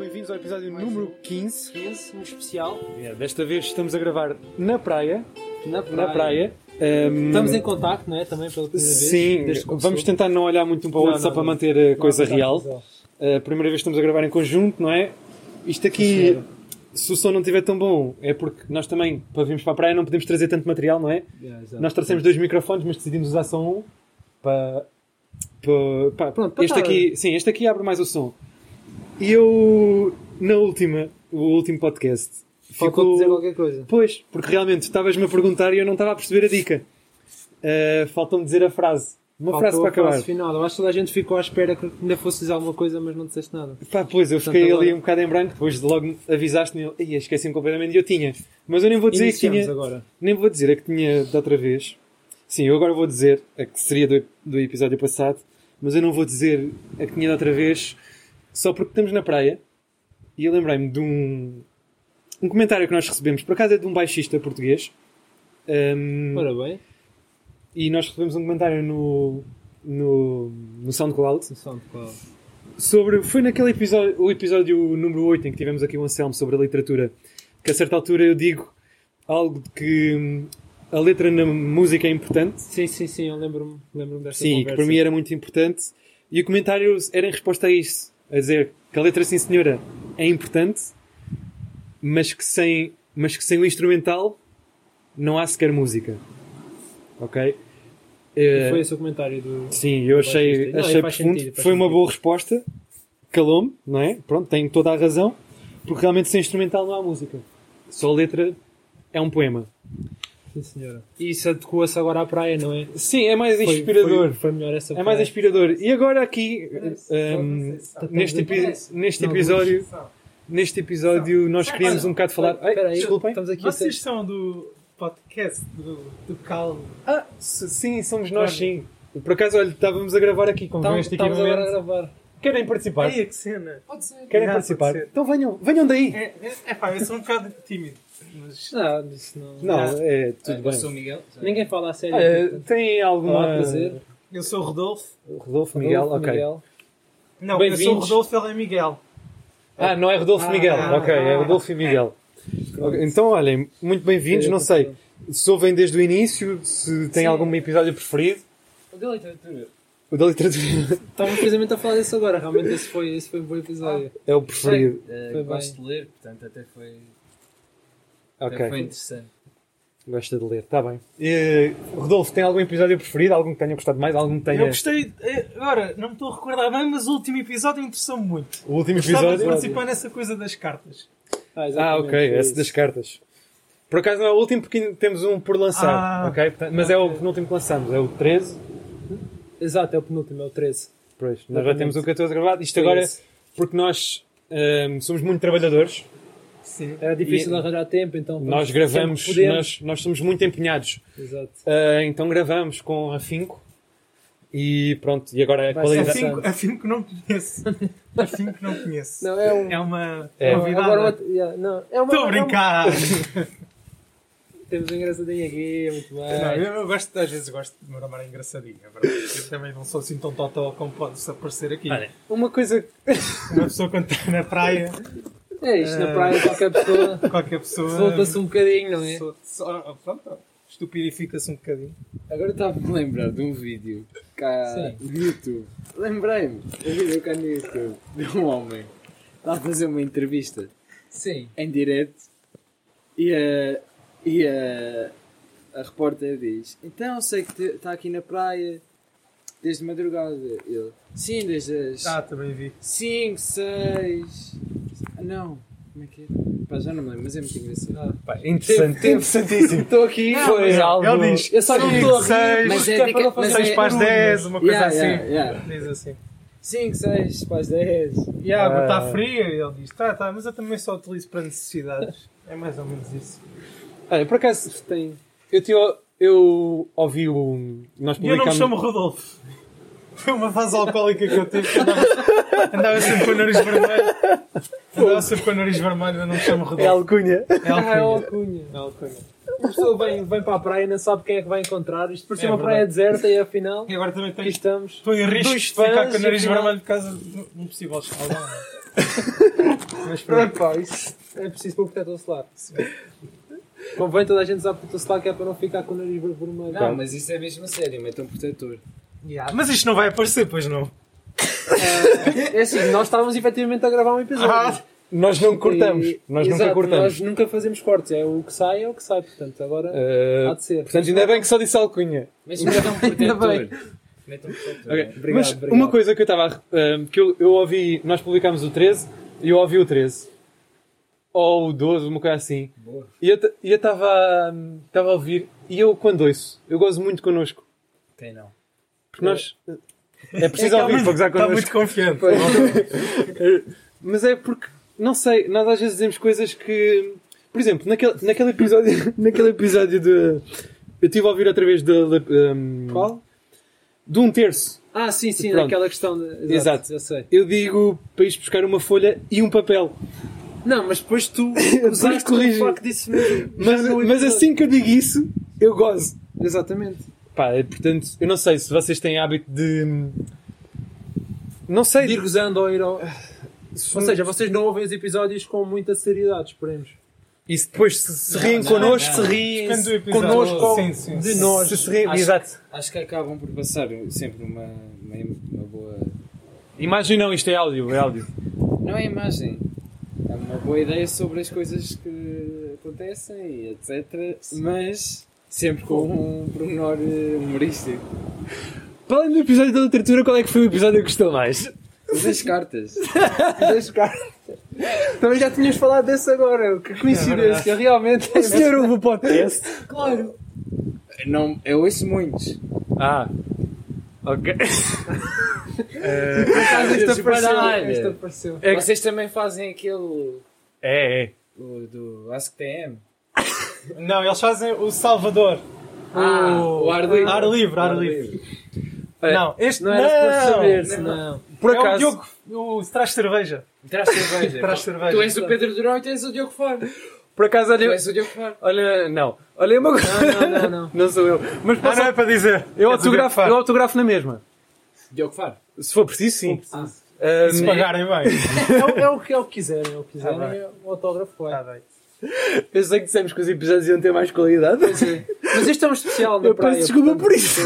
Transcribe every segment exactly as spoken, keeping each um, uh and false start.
bem-vindos ao episódio Mais número quinze. quinze, um especial. Yeah, desta vez estamos a gravar na praia. Na praia. Na praia. Um, Estamos em contacto, não é? Também pela primeira vez. Sim, vamos tentar não olhar muito um para o outro, não, só não, para não. manter a coisa real. A primeira vez que estamos a gravar em conjunto, não é? Isto aqui, se o som não estiver tão bom, é porque nós também, para virmos para a praia, não podemos trazer tanto material, não é? Yeah, nós trouxemos dois microfones, mas decidimos usar só um para... para, para Pronto, para este aqui, sim, este aqui abre mais o som. E eu, na última, o último podcast... Faltou ficou... dizer qualquer coisa. Pois, porque realmente estavas-me a perguntar e eu não estava a perceber a dica. Uh, Faltou-me dizer a frase. Uma Faltou frase para acabar. Frase final. Eu acho que toda a gente ficou à espera que ainda fosse dizer alguma coisa, mas não disseste nada. Pá, pois, eu Portanto, fiquei agora... ali um bocado em branco. Depois logo avisaste-me e esqueci-me completamente. E eu tinha. Mas eu nem vou dizer Iniciamos que tinha... agora. Nem vou dizer a que tinha de outra vez. Sim, eu agora vou dizer a que seria do, do episódio passado. Mas eu não vou dizer a que tinha de outra vez. Só porque estamos na praia. E eu lembrei-me de um... Um comentário que nós recebemos, por acaso é de um baixista português. Um, Ora bem. E nós recebemos um comentário no, no, no SoundCloud. No SoundCloud. Sobre, foi naquele episódio, o episódio número oito, em que tivemos aqui o Anselmo sobre a literatura, que a certa altura eu digo algo de que a letra na música é importante. Sim, sim, sim, eu lembro-me, lembro-me dessa sim, conversa. Que para mim era muito importante. E o comentário era em resposta a isso, a dizer que a letra, sim senhora, é importante, mas que sem, mas que sem o instrumental não há sequer música. Ok? E foi esse o comentário do... Sim, eu achei, achei não, profundo. Sentido, foi uma sentido. boa resposta. Calou-me, não é? Pronto, tenho toda a razão. Porque realmente sem instrumental não há música. Só a letra é um poema. Sim, senhora. E isso adequa-se agora à praia, não é? Sim, é mais foi, inspirador. Foi, foi melhor essa praia. É mais inspirador. E agora aqui, um, neste, epi- neste episódio... Neste episódio nós queríamos um bocado falar... Ai, Peraí, desculpem. Estamos aqui Vocês a... são do podcast do, do Calmo? Ah, sim, somos nós, sim. Por acaso, olha, estávamos a gravar aqui com Tam, este equipamento. Estamos agora a gravar. Querem participar? Ai, que cena. Pode ser. Querem não, participar? Então venham, venham daí. É, é, é pá, eu sou um bocado tímido. Mas... Não, isso não... Não, é tudo é, bem. Eu sou o Miguel. Ninguém fala a sério. Ah, tem alguma... Olá, prazer. Eu sou o Rodolfo. Rodolfo, Miguel, Rodolfo, ok. Miguel. Não, eu sou o Rodolfo, ele é Miguel. Ah, não é Rodolfo ah, Miguel. Ah, ok, é Rodolfo e Miguel. Okay, então, olhem, muito bem-vindos. Não sei se ouvem desde o início, se têm Sim. algum episódio preferido. O da literatura. O da literatura. Estávamos precisamente a falar disso agora. Realmente esse foi, esse foi um bom episódio. É o preferido. Uh, foi gosto bem. de ler, portanto até foi, okay. até foi interessante. Gosta de ler, está bem. E, Rodolfo, tem algum episódio preferido? Algum que tenha gostado mais? Algum que tenha... Eu gostei, agora, não me estou a recordar bem, mas o último episódio interessou-me muito. O último Gostava episódio? de participar nessa coisa das cartas. Ah, ah ok, esse das cartas. Por acaso não é o último porque temos um por lançar, ah, ok? Mas okay. é o penúltimo que lançamos, é o treze. Exato, é o penúltimo, é o treze. Pois, nós já temos o catorze gravado. Isto agora é porque nós um, somos muito trabalhadores. Sim. Era difícil e de arranjar tempo, então... Nós gravamos, nós, nós somos muito empenhados. Exato. Uh, então gravamos com afinco e pronto, e agora a Vai qualidade... Afinco, afinco não conheço. Afinco não conheço. Não, é, um... é uma é. novidade. Agora uma... yeah, não, é uma... Estou a brincar! É uma... Temos um engraçadinho aqui, é muito bem. Não, eu, eu gosto, às vezes gosto de me ramar engraçadinho, é verdade. Eu também não sou assim tão totó como pode-se aparecer aqui. Olha, uma coisa... Uma pessoa quando está na praia... É isto, na praia qualquer pessoa... Qualquer pessoa... Solta-se um bocadinho, não é? So, so, pronto, estupidifica-se um bocadinho. Agora estava-me a lembrar de um vídeo cá Sim. no YouTube. Lembrei-me, um vídeo cá no YouTube de um homem. Está a fazer uma entrevista. Sim. Em direto. E a... E a, a repórter diz: então sei que está aqui na praia desde madrugada. Ele: sim, desde as ah, também vi cinco, seis. Ah, não, como é que é? Pá, já não me lembro, mas é muito engraçado. Ah, pá, interessante, interessantíssimo. Estou aqui, não, foi algo. Ele diz: eu só não estou a rir, mas é de que seis para as dez, uma coisa yeah, assim. Yeah, yeah. Diz assim: cinco, seis para as dez. E a água está ah. fria. E ele diz: tá, tá, mas eu também só utilizo para necessidades. É mais ou menos isso. Olha, por acaso tem. Eu, te, eu ouvi o. Nós publicamos... Eu não me chamo Rodolfo. Foi uma fase alcoólica que eu tive que andava, andava sempre com o nariz vermelho. Andava sempre com o nariz vermelho, eu não me chamo Rodolfo. É alcunha. É alcunha. É alcunha. É alcunha. Uma pessoa vem, vem para a praia e não sabe quem é que vai encontrar. Isto por ser é uma verdade. Praia deserta e afinal. E agora também tenho, estamos. estou em risco de ficar com o nariz afinal... vermelho por causa de um possível escaldão. Mas pronto, pá, isso é preciso pôr protetor solar. Convém toda a gente usar protetor solar que é para não ficar com o nariz vermelho. Não, mas isso é mesmo a sério, metam um protetor. Yeah. Mas isto não vai aparecer, pois não? Uh, é assim, nós estávamos efetivamente a gravar um episódio. Ah, Nós não cortamos. E- Nós exato, nunca cortamos. Nós nunca fazemos cortes. É o que sai, é o que sai. Portanto, agora Uh, há de ser. portanto, ainda bem que só disse alcunha. Mas metam um protetor. bem. Metam um protetor. Ok. Obrigado, Mas obrigado. uma coisa que eu estava a- um, que eu, eu ouvi, nós publicámos o treze e eu ouvi o treze. Ou o doze, uma coisa assim. Boa. E eu t- e eu estava estava a ouvir e eu quando ouço, eu gozo muito connosco. Quem não? Porque nós. É preciso ouvir para gozar está connosco. muito confiante. Mas é porque, não sei, nós às vezes dizemos coisas que. Por exemplo, naquele, naquele episódio. naquele episódio de. Eu estive a ouvir outra vez de. Um, Qual? De um terço. Ah, sim, sim, Pronto. aquela questão. De... Exato. Eu sei. Eu digo para ir buscar uma folha e um papel. Não, mas depois tu Depois usaste corrigi. o facto disso mesmo. Mas, Já no mas episódio. assim que eu digo isso, eu gozo. Exatamente. Pá, é, portanto, eu não sei se vocês têm hábito de. Não sei. De ir gozando ou ir ao... Ou seja, vocês não ouvem os episódios com muita seriedade, esperemos. E se depois se, se riem não, connosco, não. se riem Depende do episódio. connosco ou Sim, sim, de sim. nós. se se riem. Acho- Exato. Acho que acabam por passar sempre uma, uma, uma boa... Imagem não, isto é áudio, é áudio. Não é imagem. É uma boa ideia sobre as coisas que acontecem e etcétera. Mas sempre com um pormenor eh, humorístico. Para além do episódio da literatura, qual é que foi o episódio que gostou mais? Mas as cartas. Deixa cá. Também já tinhas falado desse agora. Que coincidência, realmente. O senhor ouve o podcast? Claro. Não, eu ouço muitos. Ah, ok. Mas este Desculpa, apareceu. olha. Este apareceu. É que- Vocês também fazem aquele É, é. o, do Ask T M? Não, eles fazem o Salvador. Ah, o ar livre. Ar livre, ar livre. É. Não, este Não era para saber, senão. Por é acaso, o Diogo, o traz cerveja. Traz cerveja. Traz cerveja. Tu és o Pedro Durão e tu és o Diogo Faro. por acaso, Tu olha, és o Diogo Faro. olha, não. Olha uma coisa. Não, não, não. Não sou eu. Mas Ah, posso, não é para dizer. eu, És o autografo, Diogo eu autografo na mesma. Diogo Faro. Se for preciso, sim. Ah. Ah, Se pagarem bem. É, o- é o que é o que quiserem. É o que quiserem. Tá bem. é o autógrafo vai. Tá bem. eu sei que dissemos que os episódios iam ter mais qualidade. Mas este é um especial na Eu praia. peço desculpa portanto, por isso.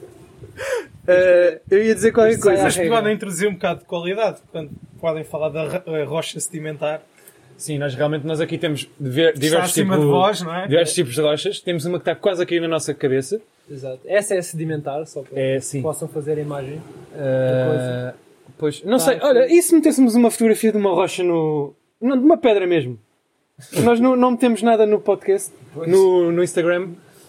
Ah, eu ia dizer qualquer Isto sai à coisa. Mas regra. podem introduzir um bocado de qualidade. Portanto, podem falar da ro- eh, rocha sedimentar. Sim, nós realmente nós aqui temos diver- Está diversos, acima tipo- de vós, não é? diversos tipos de rochas. Temos uma que está quase a cair na nossa cabeça. Exato. Essa é sedimentar, só para É, que sim. possam fazer a imagem. Ah, pois, não Tá, sei. aqui. Olha, e se metêssemos uma fotografia de uma rocha no... Não, de uma pedra mesmo. Nós não, não metemos nada no podcast, no, no Instagram.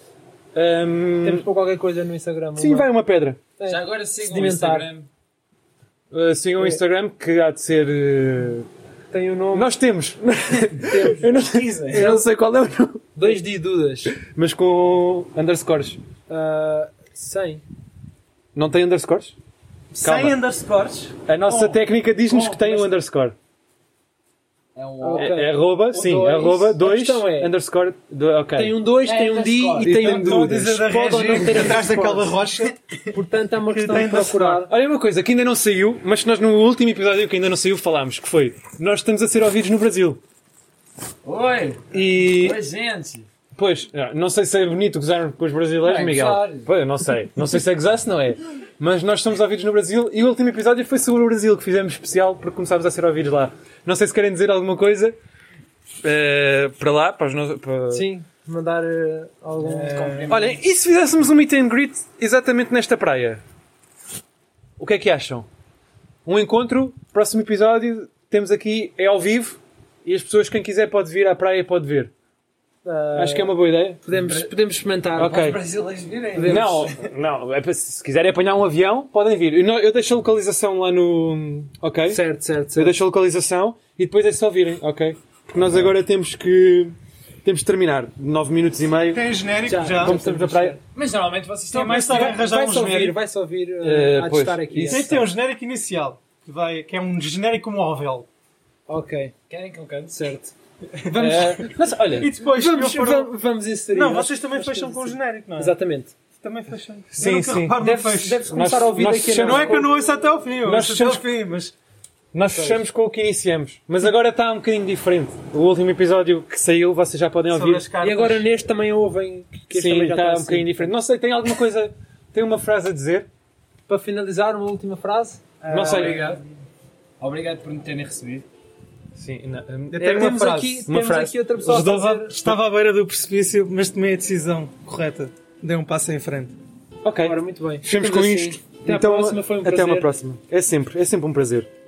Ahm, Temos para qualquer coisa no Instagram. sim, uma- vai uma pedra. Tem. Já agora sigam o Sedimentar. Instagram. Uh, sigam o Instagram que há de ser... uh, Tem o nome. Nós temos. eu, não, eu não sei qual é o nome. Dois de Dudas. Mas com underscores. Ah, cem. Não tem underscores? Calma. Sem underscores. A nossa Oh. técnica diz-nos Oh, que tem mas- um underscore. É um Ok. É, é arroba, sim, dois. arroba A dois questão é- underscore. Do, ok. Tem um dois, É tem um D underscore. e tem um Estou a Dudas. dizer da Pode ou não Regi, ter atrás daquela underscores. rocha. Portanto, é uma que questão tem de procurar. Olha uma coisa que ainda não saiu, mas que nós no último episódio que ainda não saiu falámos, que foi nós estamos a ser ouvidos no Brasil. Oi! E, Oi, gente! pois, não sei se é bonito gozar com os brasileiros, Não é Miguel. gozar. Pois, não sei. Não sei se é gozar, se não é. Mas nós estamos ouvidos no Brasil e o último episódio foi sobre o Brasil, que fizemos especial porque começámos a ser ouvidos lá. Não sei se querem dizer alguma coisa eh, para lá, para os nossos... Para... Sim, mandar eh, algum. Olhem, e se fizéssemos um meet and greet exatamente nesta praia? O que é que acham? Um encontro, próximo episódio, temos aqui, é ao vivo, e as pessoas, quem quiser pode vir à praia, pode ver. Ah, Acho que é uma boa ideia. Podemos, podemos experimentar. Ok. Os brasileiros virem. Não, não, é para, se quiserem apanhar um avião, podem vir. Eu, não- eu deixo a localização lá no... Ok? Certo, certo, Eu certo. deixo a localização e depois é só virem, ok? Porque nós agora temos que... Temos de terminar. nove minutos e meio. Tem genérico Já, já. Como estamos na praia. Mas normalmente vocês têm Então, mais mas tempo. vai arranjar um Vai-se ouvir, genérico. vai-se ouvir. Eh, Uh, há de pois, estar aqui. isso. Tem que ter um genérico inicial. Que, vai, que é um genérico móvel. Ok, Querem que eu cante? certo. Vamos... mas, olha, E depois... Vamos, eu for- vamos, vamos inserir. Não, Acho- vocês também acho que fecham com o sim. genérico, não é? Exatamente. Também fecham. Sim, Eu nunca sim. reparo no Deves, fecho. deves começar Nós- a ouvir nós aqui. fechamos- Não é que eu não ouço até ao fim, eu Nós ouço até ao fechamos- fim, mas... Nós fechamos com o que iniciamos, mas agora está um bocadinho diferente. O último episódio que saiu, vocês já podem Sobre ouvir. as cartas. E agora neste também ouvem que este Sim, também já está está um assim. bocadinho diferente. Não sei, tem alguma coisa, tem uma frase a dizer? Para finalizar, uma última frase. Não sei. Obrigado. Obrigado por me terem recebido. Sim, não, Eu é, tenho uma Temos frase. aqui, Uma temos frase. aqui outra pessoa a Estava, fazer... estava à beira do precipício, mas tomei a decisão correta. Dei um passo em frente. ok, Agora, muito bem. fechamos Ficamos com assim. isto. Até à Então, próxima, foi um até prazer. uma próxima. É sempre, é sempre um prazer.